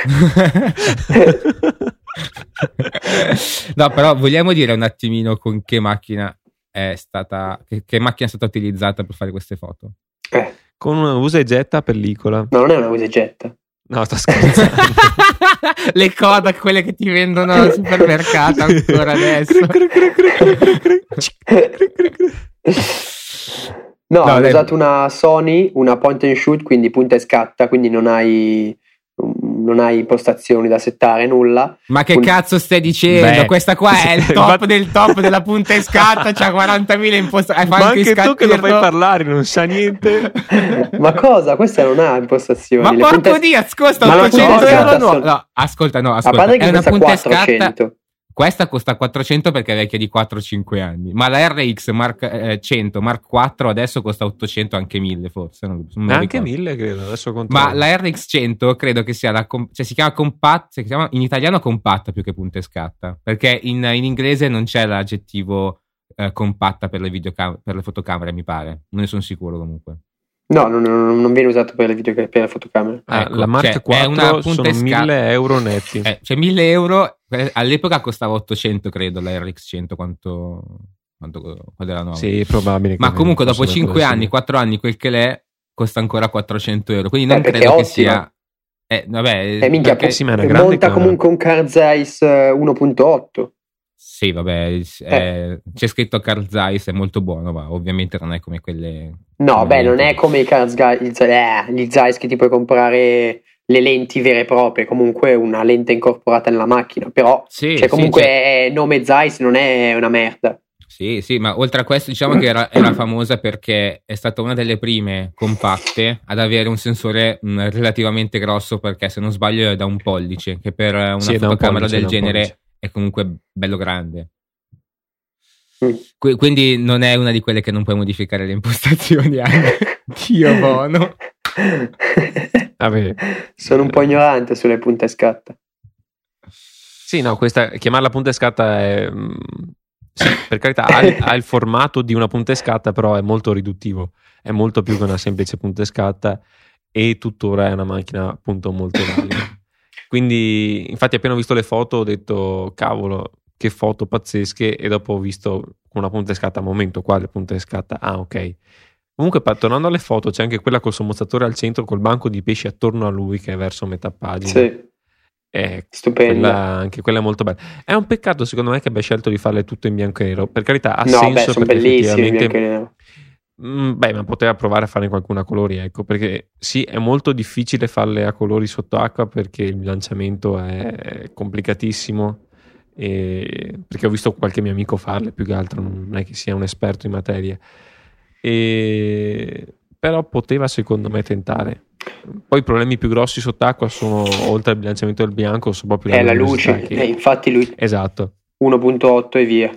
No, però vogliamo dire un attimino con che macchina è stata, che, che macchina è stata utilizzata per fare queste foto? Eh, Con una usa e getta pellicola. no, non è una usegetta. No, sto scherzando. Le Kodak, quelle che ti vendono al supermercato ancora adesso. No, No, hanno dai. usato una Sony, una point and shoot, quindi punta e scatta, quindi non hai, non hai impostazioni da settare, nulla. Ma che Un- cazzo stai dicendo? Beh, Questa qua è il top infatti- del top della punta e scatta, c'ha quarantamila impostazioni. Ma anche tu che lo fai parlare non sa niente. Ma cosa? Questa non ha impostazioni. Ma Le porco punte- Dio, costa Ma la ottocento punta e euro scatta nuova. sono- No, ascolta, no, A ascolta. parte È che una costa punta e scatta. quattrocento. Questa costa quattrocento perché è vecchia di quattro cinque anni. Ma la R X Mark eh, cento, Mark quattro adesso costa ottocento, anche mille forse. Non, non me lo Anche ricordo. mille, credo. Adesso controllo. Ma la R X cento credo che sia la com- cioè si chiama compatta, si chiama in italiano compatta più che punta e scatta, perché in, in inglese non c'è l'aggettivo eh, compatta per le videocam- per le fotocamere, mi pare. Non ne sono sicuro comunque. No, no, no, no, non viene usato per le, video, per le fotocamere. Ah, ecco, la Mark cioè, è una quattro punta sono e scatta. mille euro netti. Eh, cioè mille euro, eh, all'epoca costava ottocento credo la R X cento, quanto, quanto, quando era nuova. Sì, probabile. Ma che comunque dopo fosse cinque adesso. anni, quattro anni, quel che l'è, costa ancora quattrocento euro. Quindi non Eh, perché credo è che ottima. sia... Eh, vabbè, Eh, minchia, perché- sì, ma è una grande monta camera. comunque un Carl Zeiss eh, uno punto otto. Sì, vabbè, Eh. è- c'è scritto Carl Zeiss, è molto buono, ma ovviamente non è come quelle... No, come beh, le non lenti. è come i Carl Zeiss, eh, gli Zeiss che ti puoi comprare le lenti vere e proprie, comunque una lente incorporata nella macchina, però Sì, cioè, sì, comunque cioè- è nome Zeiss, non è una merda. Sì, sì, ma oltre a questo diciamo che era, era famosa perché è stata una delle prime compatte ad avere un sensore mh, relativamente grosso, perché se non sbaglio è da un pollice, che per una Sì, è da un fotocamera pollice, del da un genere pollice. è comunque bello grande. Mm. Qui- quindi non è una di quelle che non puoi modificare le impostazioni anche. Dio buono. Vabbè. Sono un po' ignorante sulle punte e scatta. Sì, no, questa chiamarla punta e scatta è mm, sì, per carità ha il, ha il formato di una punta e scatta, però è molto riduttivo, è molto più che una semplice punta e scatta, e tuttora è una macchina appunto molto valida. Quindi infatti appena ho visto le foto ho detto cavolo, che foto pazzesche, e dopo ho visto una punta e scatta, momento qua le punte e scatta, ah ok. Comunque tornando alle foto, c'è anche quella col sommozzatore al centro col banco di pesci attorno a lui che è verso metà pagina. Sì. È stupenda. Quella, anche quella è molto bella. È un peccato secondo me che abbia scelto di farle tutto in bianco e nero, per carità ha no, senso, beh, sono perché bellissimi in effettivamente bianco e nero. mh, beh, ma poteva provare a farne qualcuna a colori, ecco, perché sì, è molto difficile farle a colori sott'acqua perché il bilanciamento è complicatissimo, e perché ho visto qualche mio amico farle, più che altro non è che sia un esperto in materia, e però poteva secondo me tentare. Poi i problemi più grossi sott'acqua sono, oltre al bilanciamento del bianco, sono proprio È la luminosità luce, che- eh, infatti lui esatto. uno punto otto e via.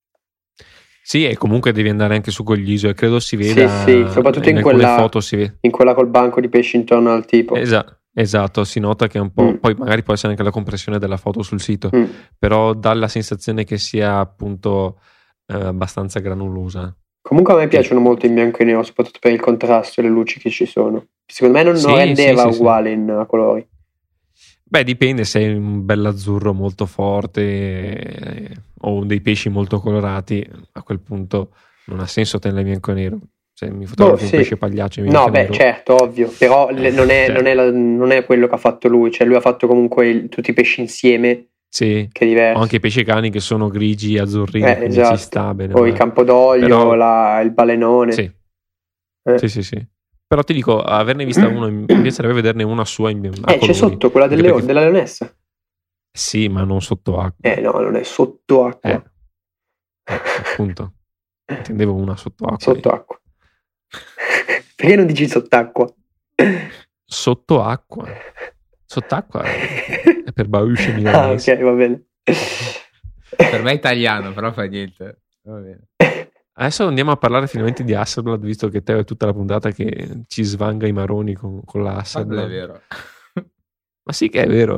Sì, e comunque devi andare anche su con gli I S O, e credo si veda Sì, sì, soprattutto in alcune quella- foto si vede. In quella col banco di pesci intorno al tipo. Esa- esatto, si nota che è un po', Mm. poi magari può essere anche la compressione della foto sul sito, Mm. però dà la sensazione che sia appunto eh, abbastanza granulosa. Comunque a me piacciono molto in bianco e nero, soprattutto per il contrasto e le luci che ci sono. Secondo me non, Sì, non rendeva sì, sì, sì. uguale in a colori. Beh, dipende se hai un bell'azzurro molto forte eh, o dei pesci molto colorati, a quel punto non ha senso tenerle in bianco e nero. Se mi fotografi Boh, un sì. pesce pagliaccio in bianco No, e beh, nero, certo, ovvio, però le- non, è, Cioè. non, è la- non è quello che ha fatto lui, cioè lui ha fatto comunque il- tutti i pesci insieme, sì, che è diverso. o anche i pesci cani che sono grigi e azzurrini, Eh, quindi esatto. ci sta bene. O il ma- campodoglio, Però- la- il balenone. Sì. Eh. Sì, sì, sì. Però ti dico, averne vista uno, mi piacerebbe vederne una sua in, a Eh, c'è colori. sotto quella del Anche leone, perché- della leonessa. Sì, ma non sotto acqua. Eh no, non è sotto acqua. Eh, appunto. Intendevo una sotto acqua. Sotto acqua. Perché non dici sott'acqua? Sotto acqua. Sott'acqua è per Bausci Ah, milanesi. ok, va bene. Per me è italiano, però fa niente. Va bene. Adesso andiamo a parlare finalmente di Hasselblad, visto che Teo è tutta la puntata che ci svanga i maroni con, con la Quello Hasselblad. è vero. Ma sì che è vero.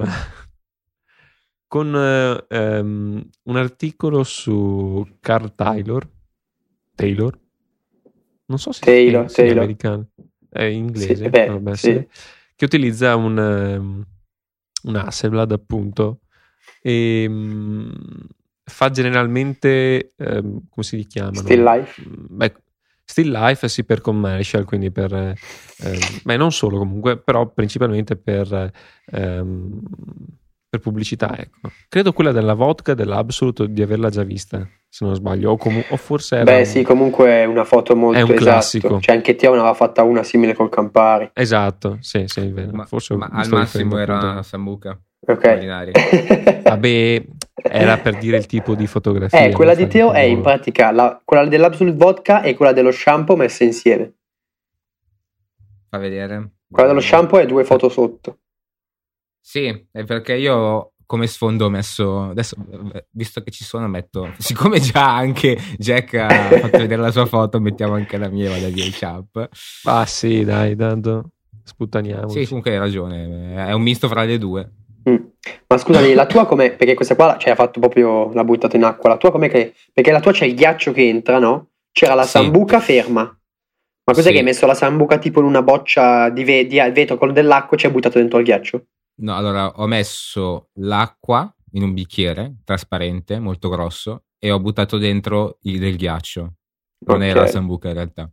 Con eh, ehm, un articolo su Carl Taylor. Taylor? Non so se Taylor, è, sì, è Taylor. americano. È inglese, Sì, beh, dovrebbe sì. essere. Che utilizza un, um, un Hasselblad, appunto, e um, fa generalmente um, come si chiamano? Still life. Beh, still life sì, per commercial, quindi per eh, beh, non solo comunque, però principalmente per ehm, per pubblicità, ecco. Credo quella della vodka dell'Absolute di averla già vista, se non sbaglio, o, comu- o forse era Beh, un- sì, comunque è una foto molto È un esatto. classico. Cioè, anche Teo ne aveva fatta una simile col Campari. esatto, sì, sì, è vero. Ma, forse ho ma al visto massimo riferimento, era appunto. una sambuca. Ok. Ordinaria. Vabbè, era per dire il tipo di fotografia. Eh, quella non di fa Teo niente è di in nuovo. pratica la- quella dell'Absolute Vodka e quella dello shampoo messe insieme. Fa vedere. Quella dello shampoo è due foto sotto. Sì, è perché io come sfondo ho messo adesso, eh, visto che ci sono, metto, siccome già anche Jack ha fatto vedere la sua foto, mettiamo anche la mia, vada via il champ. Ah sì, dai, tanto sputtaniamo. Sì, comunque hai ragione, è un misto fra le due. Mm. Ma scusami, la tua com'è? Perché questa qua cioè, ha fatto proprio, l'ha buttata in acqua. La tua com'è che... Perché la tua c'è il ghiaccio che entra, no? C'era la Sì. sambuca ferma. Ma cos'è Sì. che hai messo la sambuca tipo in una boccia di, ve- di vetro con dell'acqua e ci hai buttato dentro il ghiaccio? No, allora ho messo l'acqua in un bicchiere trasparente, molto grosso, e ho buttato dentro il del ghiaccio. Non Ok. era la sambuca in realtà.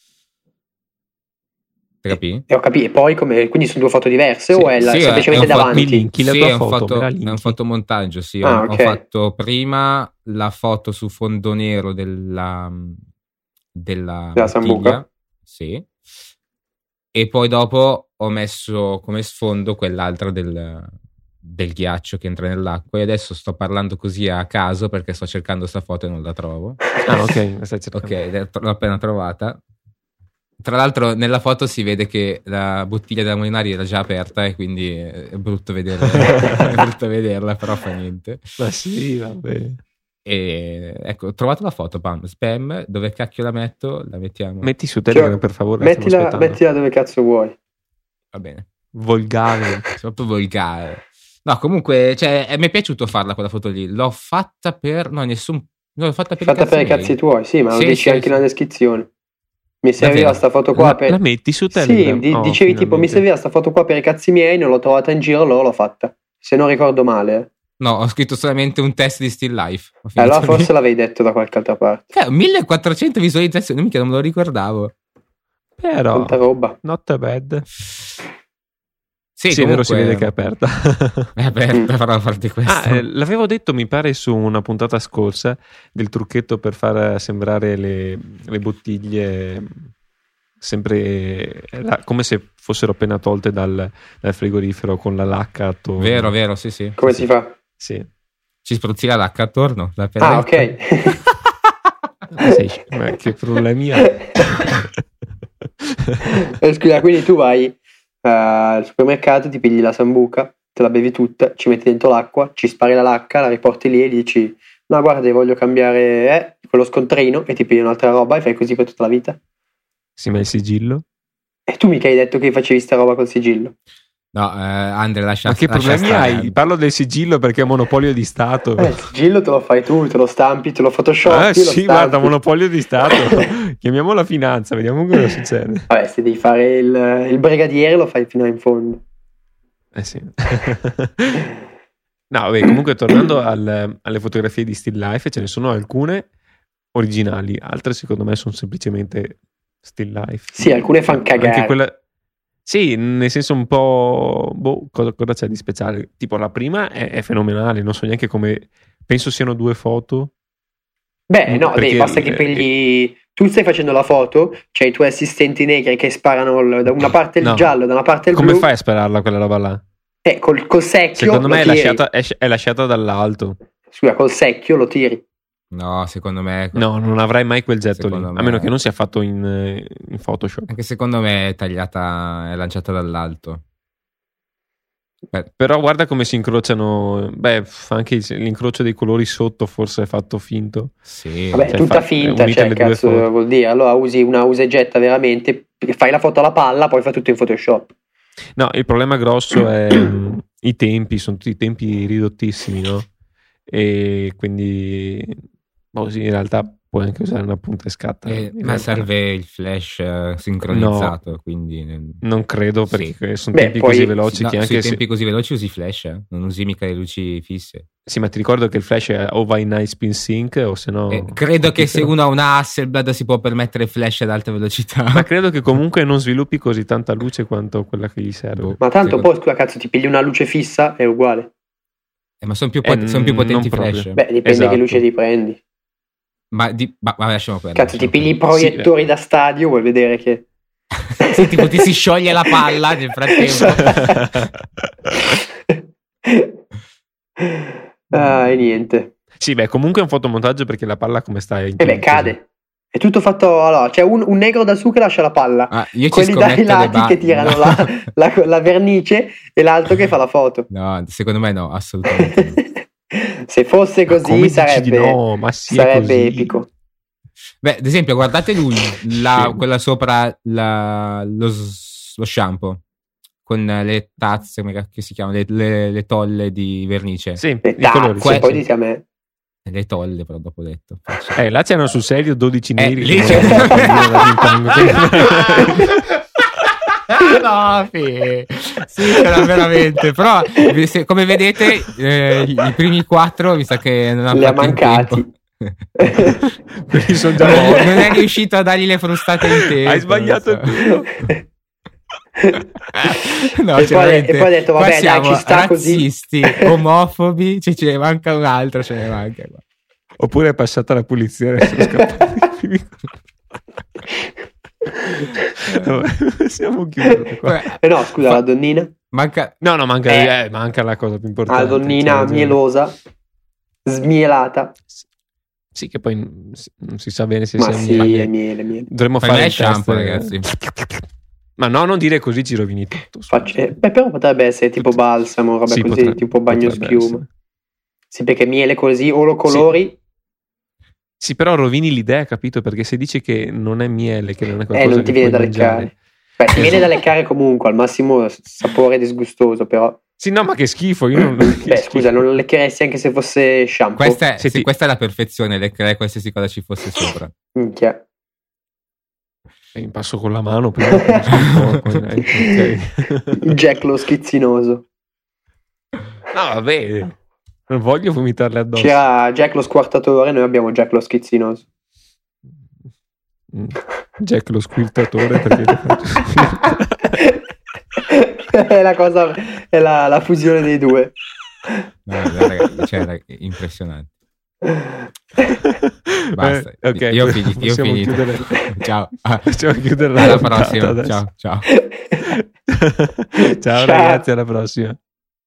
Ti capì? E ho capito. E poi come... Quindi sono due foto diverse Sì, o è la- sì, semplicemente è un fo- davanti? mi linki la Sì, tua è un, foto, foto- me la è linki? un fotomontaggio, sì. Ah, ho, ok. ho fatto prima la foto su fondo nero della, della Della bottiglia, sambuca? sì. E poi dopo ho messo come sfondo quell'altra del, del ghiaccio che entra nell'acqua, e adesso sto parlando così a caso perché sto cercando sta foto e non la trovo. Ah, ok, la stai cercando. Ok, l'ho appena trovata. Tra l'altro nella foto si vede che la bottiglia della Molinari era già aperta e quindi è brutto vedere, è brutto vederla, però fa niente. Ma sì, vabbè. E ecco, ho trovato la foto, pam, spam, dove cacchio la metto? La mettiamo. Metti su Telegram, Cioè, per favore, stiamo mettila, aspettando. mettila dove cazzo vuoi. Va bene. Volgare. Sono proprio volgare. No, comunque, cioè, eh, mi è piaciuto farla quella foto lì. L'ho fatta per... No, nessun... No, l'ho fatta per Fatta i cazzi per i miei. cazzi tuoi, sì, ma lo Sì, dici sì, anche sì. nella descrizione. Mi serviva Davvero? sta foto qua La, per... la metti su Telegram? Sì, di- Oh, dicevi tipo mi finalmente. serviva sta foto qua per i cazzi miei, non l'ho trovata in giro, allora l'ho fatta. Se non ricordo male. No, ho scritto solamente un test di Still Life. Allora forse lì. L'avevi detto da qualche altra parte. Eh, millequattrocento visualizzazioni, mica non me lo ricordavo. Però, tanta roba. Not bad. Sì, sì, comunque... è vero, si vede che è aperta. È aperta, però a parte questo. Ah, eh, l'avevo detto, mi pare, su una puntata scorsa del trucchetto per far sembrare le, le bottiglie sempre la, come se fossero appena tolte dal, dal frigorifero con la lacca attorno. Vero, vero, sì, sì. Come sì. si fa? Sì. Ci spruzzi la lacca attorno. La ah, ok. ah, sei, ma che problemi ha? Scusa, quindi tu vai uh, al supermercato, ti pigli la sambuca, te la bevi tutta, ci metti dentro l'acqua, ci spari la lacca, la riporti lì e dici no guarda voglio cambiare eh, quello scontrino e ti pigli un'altra roba e fai così per tutta la vita. Sì, ma il sigillo? E tu mica hai detto che facevi sta roba col sigillo? No, eh, Andre, lascia Ma che lascia problemi stare. hai? Parlo del sigillo perché è monopolio di Stato. Eh, il sigillo te lo fai tu, te lo stampi, te lo photoshopi. Ah, lo sì, stampi. guarda, monopolio di Stato. Chiamiamo la finanza, vediamo cosa succede. Vabbè, se devi fare il, il brigadiere lo fai fino in fondo. Eh sì. No, vabbè, comunque tornando al, alle fotografie di Still Life, ce ne sono alcune originali, altre secondo me sono semplicemente Still Life. Sì, alcune fan cagare. Anche quella... Sì, nel senso un po'... Boh, cosa, cosa c'è di speciale? Tipo la prima è, è fenomenale, non so neanche come... Penso siano due foto. Beh, no, perché, dei, basta che pigli... Tu stai facendo la foto, c'hai i tuoi assistenti negri che sparano da una parte il no. giallo, da una parte il come blu. Come fai a spararla quella roba là? Eh, col, col secchio secondo me è tiri. lasciata, è, è lasciata dall'alto. Scusa, col secchio lo tiri. No, secondo me... No, non avrai mai quel getto lì, me... a meno che non sia fatto in, in Photoshop. Anche secondo me è tagliata, è lanciata dall'alto. Beh. Però guarda come si incrociano. Beh, anche l'incrocio dei colori sotto forse è fatto finto. Sì. Vabbè, cioè, tutta fa, finta, cioè, cazzo vuol dire? Allora usi una usegetta veramente, fai la foto alla palla, poi fai tutto in Photoshop. No, il problema grosso è um, i tempi, sono tutti tempi ridottissimi, no? E quindi boh, sì, in realtà puoi anche usare una punta e scatta. Eh, ma realtà. serve il flash uh, sincronizzato, no, quindi non credo perché sì. sono Beh, tempi poi, così veloci no, che anche sui se... tempi così veloci usi flash, eh? Non usi mica le luci fisse. Sì, ma ti ricordo che il flash è o va in high spin sync o se no eh, credo che se uno ha una Hasselblad si può permettere flash ad alta velocità, ma credo che comunque non sviluppi così tanta luce quanto quella che gli serve. Ma tanto secondo... poi scusa cazzo ti pigli una luce fissa è uguale. Eh, ma sono più, pot- eh, son più potenti i flash. Beh, dipende esatto. che luce ti prendi. Ma, di, ma, ma lasciamo perdere. Cazzo, ti pigli i proiettori sì, da stadio, vuoi vedere che... sì, tipo ti si scioglie la palla nel frattempo. Ah, e niente. Sì, beh, comunque è un fotomontaggio perché la palla come sta? E beh, cade. È tutto fatto, allora, c'è un, un negro da su che lascia la palla, ah, io quelli dai lati ba- che tirano no. la, la, la vernice e l'altro che fa la foto. No, secondo me no, assolutamente no. Se fosse così sarebbe, no, ma sì, sarebbe epico. Beh, ad esempio, guardate lui, la, sì. quella sopra la, lo, lo shampoo con le tazze, come si chiamano, le, le, le tolle di vernice. Sì, le tazze, que- poi dite a me. Le tolle, però dopo detto. Eh, là c'erano sul serio dodici eh, neri. Lì c'è... no, sì, sì, c'era veramente. Però, se, come vedete, eh, i primi quattro mi sa che non hanno li ha mancati. Sono già non è riuscito a dargli le frustate in tempo. Hai sbagliato il tutto. No, e, poi, e poi ha detto vabbè dai ci sta razzisti, così omofobi, ce, ce ne manca un altro, ce ne manca qua. Oppure è passata la pulizia e sono scappati. Vabbè, siamo chiusi qua. Eh no scusa Fa... la donnina manca... no no manca, eh. Eh, manca la cosa più importante, la donnina mielosa smielata. Sì, che poi non si sa bene se ma sia sì, miele. miele, miele. Dovremmo fare, fare il shampoo, test, ragazzi. Ma no, non dire così ci rovini tutto. Faccio, eh, beh, però potrebbe essere tipo balsamo, roba sì, così, potrebbe, tipo bagno schiuma. Essere. Sì, perché miele così o lo colori. Sì. sì, però rovini l'idea, capito? Perché se dici che non è miele, che non è qualcosa eh, non ti che viene da mangiare. leccare. Beh, ti viene da leccare comunque, al massimo sapore disgustoso, però. Sì, no, ma che schifo. Io non... Beh, che scusa, non lo leccheresti anche se fosse shampoo. Questa è, sì, sì, questa è la perfezione, leccherei qualsiasi cosa ci fosse sopra. Minchia. E passo con la mano prima. okay. Jack lo schizzinoso. No, vabbè. Non voglio vomitarle addosso. C'era Jack lo squartatore, noi abbiamo Jack lo schizzinoso. Mm. Jack lo squirtatore, perché lo faccio è la cosa, è la, la fusione dei due. No, ragazzi, cioè, impressionante. Basta, eh, ok, io ho finito, io ho finito. Chiudere... Ciao, possiamo chiudere la alla prossima. Adesso. Ciao, ciao. Ciao, ciao ragazzi, alla prossima.